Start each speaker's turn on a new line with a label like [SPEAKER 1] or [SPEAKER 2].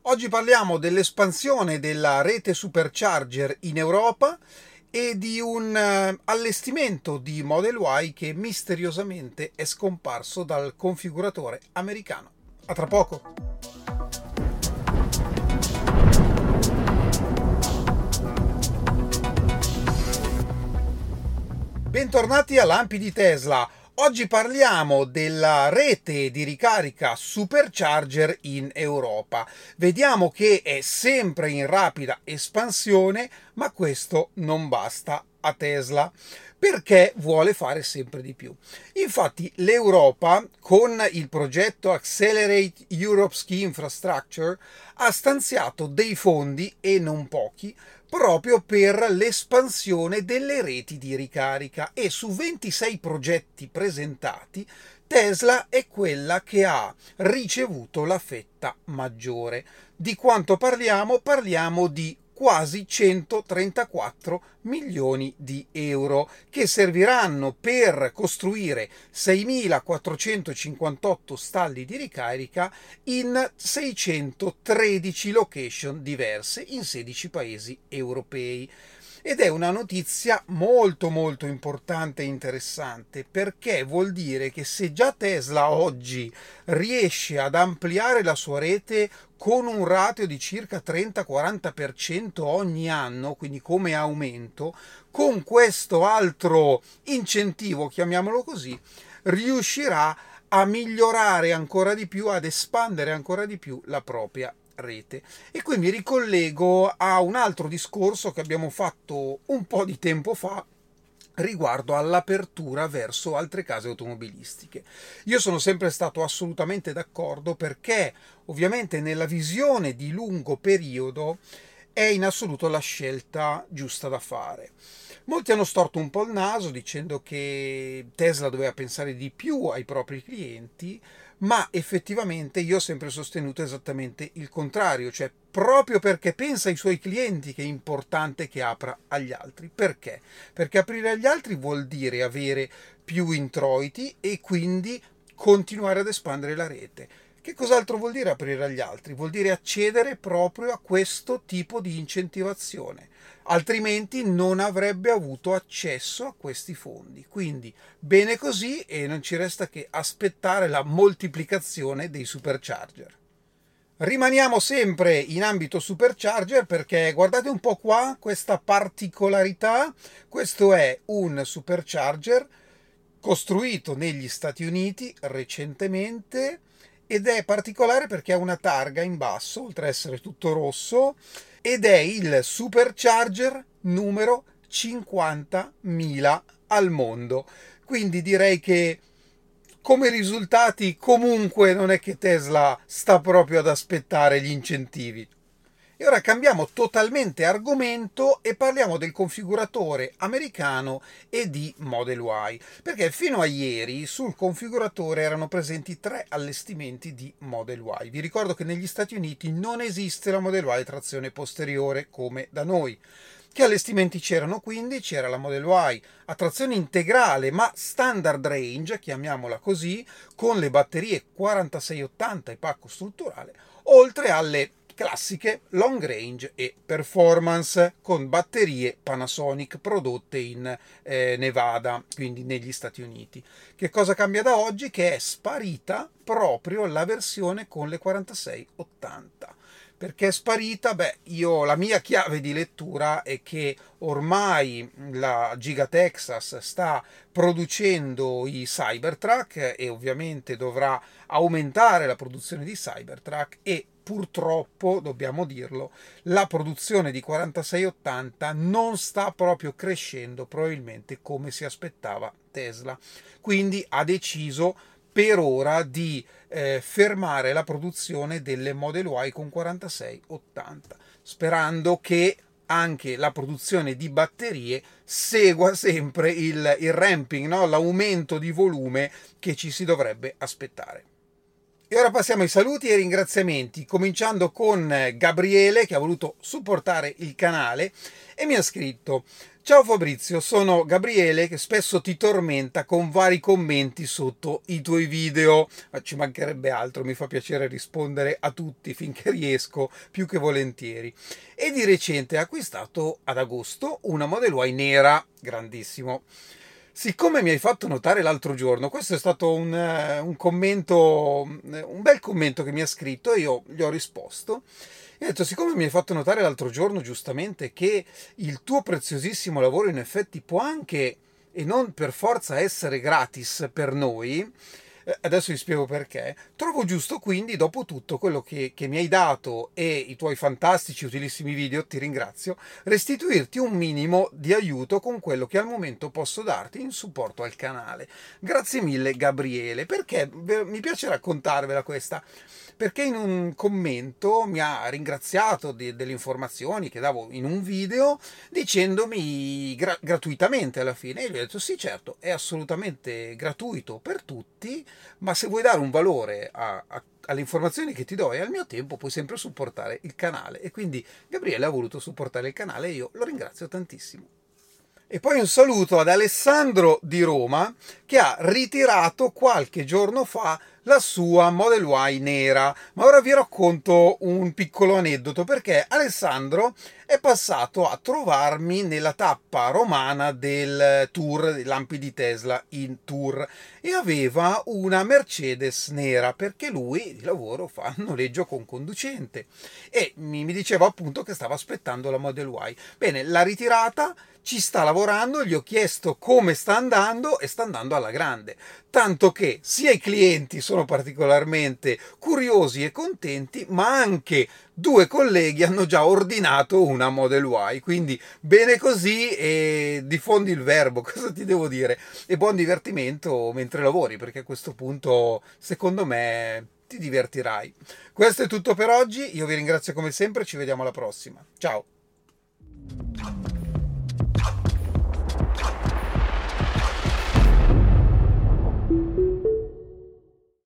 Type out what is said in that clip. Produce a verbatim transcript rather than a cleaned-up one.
[SPEAKER 1] Oggi parliamo dell'espansione della rete Supercharger in Europa e di un eh, allestimento di Model Y che misteriosamente è scomparso dal configuratore americano. A tra poco! Bentornati a Lampi di Tesla. Oggi parliamo della rete di ricarica Supercharger in Europa. Vediamo che è sempre in rapida espansione, ma questo non basta a Tesla perché vuole fare sempre di più. Infatti l'Europa, con il progetto Accelerate Europe's Key Infrastructure, ha stanziato dei fondi, e non pochi, proprio per l'espansione delle reti di ricarica, e su ventisei progetti presentati Tesla è quella che ha ricevuto la fetta maggiore. Di quanto parliamo? Parliamo di quasi centotrentaquattro milioni di euro che serviranno per costruire seimilaquattrocentocinquantotto stalli di ricarica in seicentotredici location diverse in sedici paesi europei. Ed è una notizia molto molto importante e interessante, perché vuol dire che se già Tesla oggi riesce ad ampliare la sua rete con un ratio di circa trenta quaranta per cento ogni anno, quindi come aumento, con questo altro incentivo, chiamiamolo così, riuscirà a migliorare ancora di più, ad espandere ancora di più la propria rete. E qui mi ricollego a un altro discorso che abbiamo fatto un po' di tempo fa riguardo all'apertura verso altre case automobilistiche. Io sono sempre stato assolutamente d'accordo, perché ovviamente nella visione di lungo periodo è in assoluto la scelta giusta da fare. Molti hanno storto un po' il naso dicendo che Tesla doveva pensare di più ai propri clienti, ma effettivamente io ho sempre sostenuto esattamente il contrario, cioè proprio perché pensa ai suoi clienti che è importante che apra agli altri. Perché? Perché aprire agli altri vuol dire avere più introiti e quindi continuare ad espandere la rete. Che cos'altro vuol dire aprire agli altri? Vuol dire accedere proprio a questo tipo di incentivazione, altrimenti non avrebbe avuto accesso a questi fondi. Quindi bene così, e non ci resta che aspettare la moltiplicazione dei supercharger. Rimaniamo sempre in ambito supercharger, perché guardate un po' qua questa particolarità. Questo è un supercharger costruito negli Stati Uniti recentemente, ed è particolare perché ha una targa in basso, oltre ad essere tutto rosso, ed è il supercharger numero cinquantamila al mondo. Quindi direi che come risultati comunque non è che Tesla sta proprio ad aspettare gli incentivi. E ora cambiamo totalmente argomento e parliamo del configuratore americano e di Model Y, perché fino a ieri sul configuratore erano presenti tre allestimenti di Model Y. Vi ricordo che negli Stati Uniti non esiste la Model Y trazione posteriore come da noi. Che allestimenti c'erano quindi? C'era la Model Y a trazione integrale ma standard range, chiamiamola così, con le batterie quarantasei ottanta e pacco strutturale, oltre alle classiche long range e performance con batterie Panasonic prodotte in eh, Nevada, quindi negli Stati Uniti. Che cosa cambia da oggi? Che è sparita proprio la versione con le quarantasei ottanta. Perché è sparita? Beh, io la mia chiave di lettura è che ormai la Giga Texas sta producendo i Cybertruck e ovviamente dovrà aumentare la produzione di Cybertruck, e purtroppo, dobbiamo dirlo, la produzione di quarantasei ottanta non sta proprio crescendo probabilmente come si aspettava Tesla. Quindi ha deciso per ora di eh, fermare la produzione delle Model Y con quarantasei ottanta, sperando che anche la produzione di batterie segua sempre il, il ramping, no? L'aumento di volume che ci si dovrebbe aspettare. E ora passiamo ai saluti e ai ringraziamenti, cominciando con Gabriele che ha voluto supportare il canale e mi ha scritto: ciao Fabrizio, sono Gabriele che spesso ti tormenta con vari commenti sotto i tuoi video, ma ci mancherebbe altro, mi fa piacere rispondere a tutti finché riesco, più che volentieri. E di recente ha acquistato ad agosto una Model Y nera, grandissimo. Siccome mi hai fatto notare l'altro giorno, questo è stato un, uh, un commento, un bel commento che mi ha scritto e io gli ho risposto. E ho detto, siccome mi hai fatto notare l'altro giorno giustamente che il tuo preziosissimo lavoro in effetti può anche, e non per forza essere gratis per noi, adesso vi spiego perché, trovo giusto quindi, dopo tutto quello che, che mi hai dato e i tuoi fantastici, utilissimi video, ti ringrazio, restituirti un minimo di aiuto con quello che al momento posso darti in supporto al canale. Grazie mille Gabriele, perché mi piace raccontarvela questa, perché in un commento mi ha ringraziato di, delle informazioni che davo in un video dicendomi gra- gratuitamente alla fine, e gli ho detto sì, certo, è assolutamente gratuito per tutti, ma se vuoi dare un valore a, a, alle informazioni che ti do e al mio tempo puoi sempre supportare il canale. E quindi Gabriele ha voluto supportare il canale e io lo ringrazio tantissimo. E poi un saluto ad Alessandro di Roma che ha ritirato qualche giorno fa la sua Model Y nera. Ma ora vi racconto un piccolo aneddoto, perché Alessandro è passato a trovarmi nella tappa romana del tour dei lampi di Tesla in tour e aveva una Mercedes nera, perché lui di lavoro fa noleggio con conducente e mi, mi diceva appunto che stava aspettando la Model Y. Bene, l'ha ritirata, ci sta lavorando, gli ho chiesto come sta andando e sta andando alla grande, tanto che sia i clienti sono particolarmente curiosi e contenti, ma anche due colleghi hanno già ordinato una Model Y, quindi bene così, e diffondi il verbo, cosa ti devo dire? E buon divertimento mentre lavori, perché a questo punto secondo me ti divertirai. Questo è tutto per oggi, io vi ringrazio come sempre, ci vediamo alla prossima, ciao!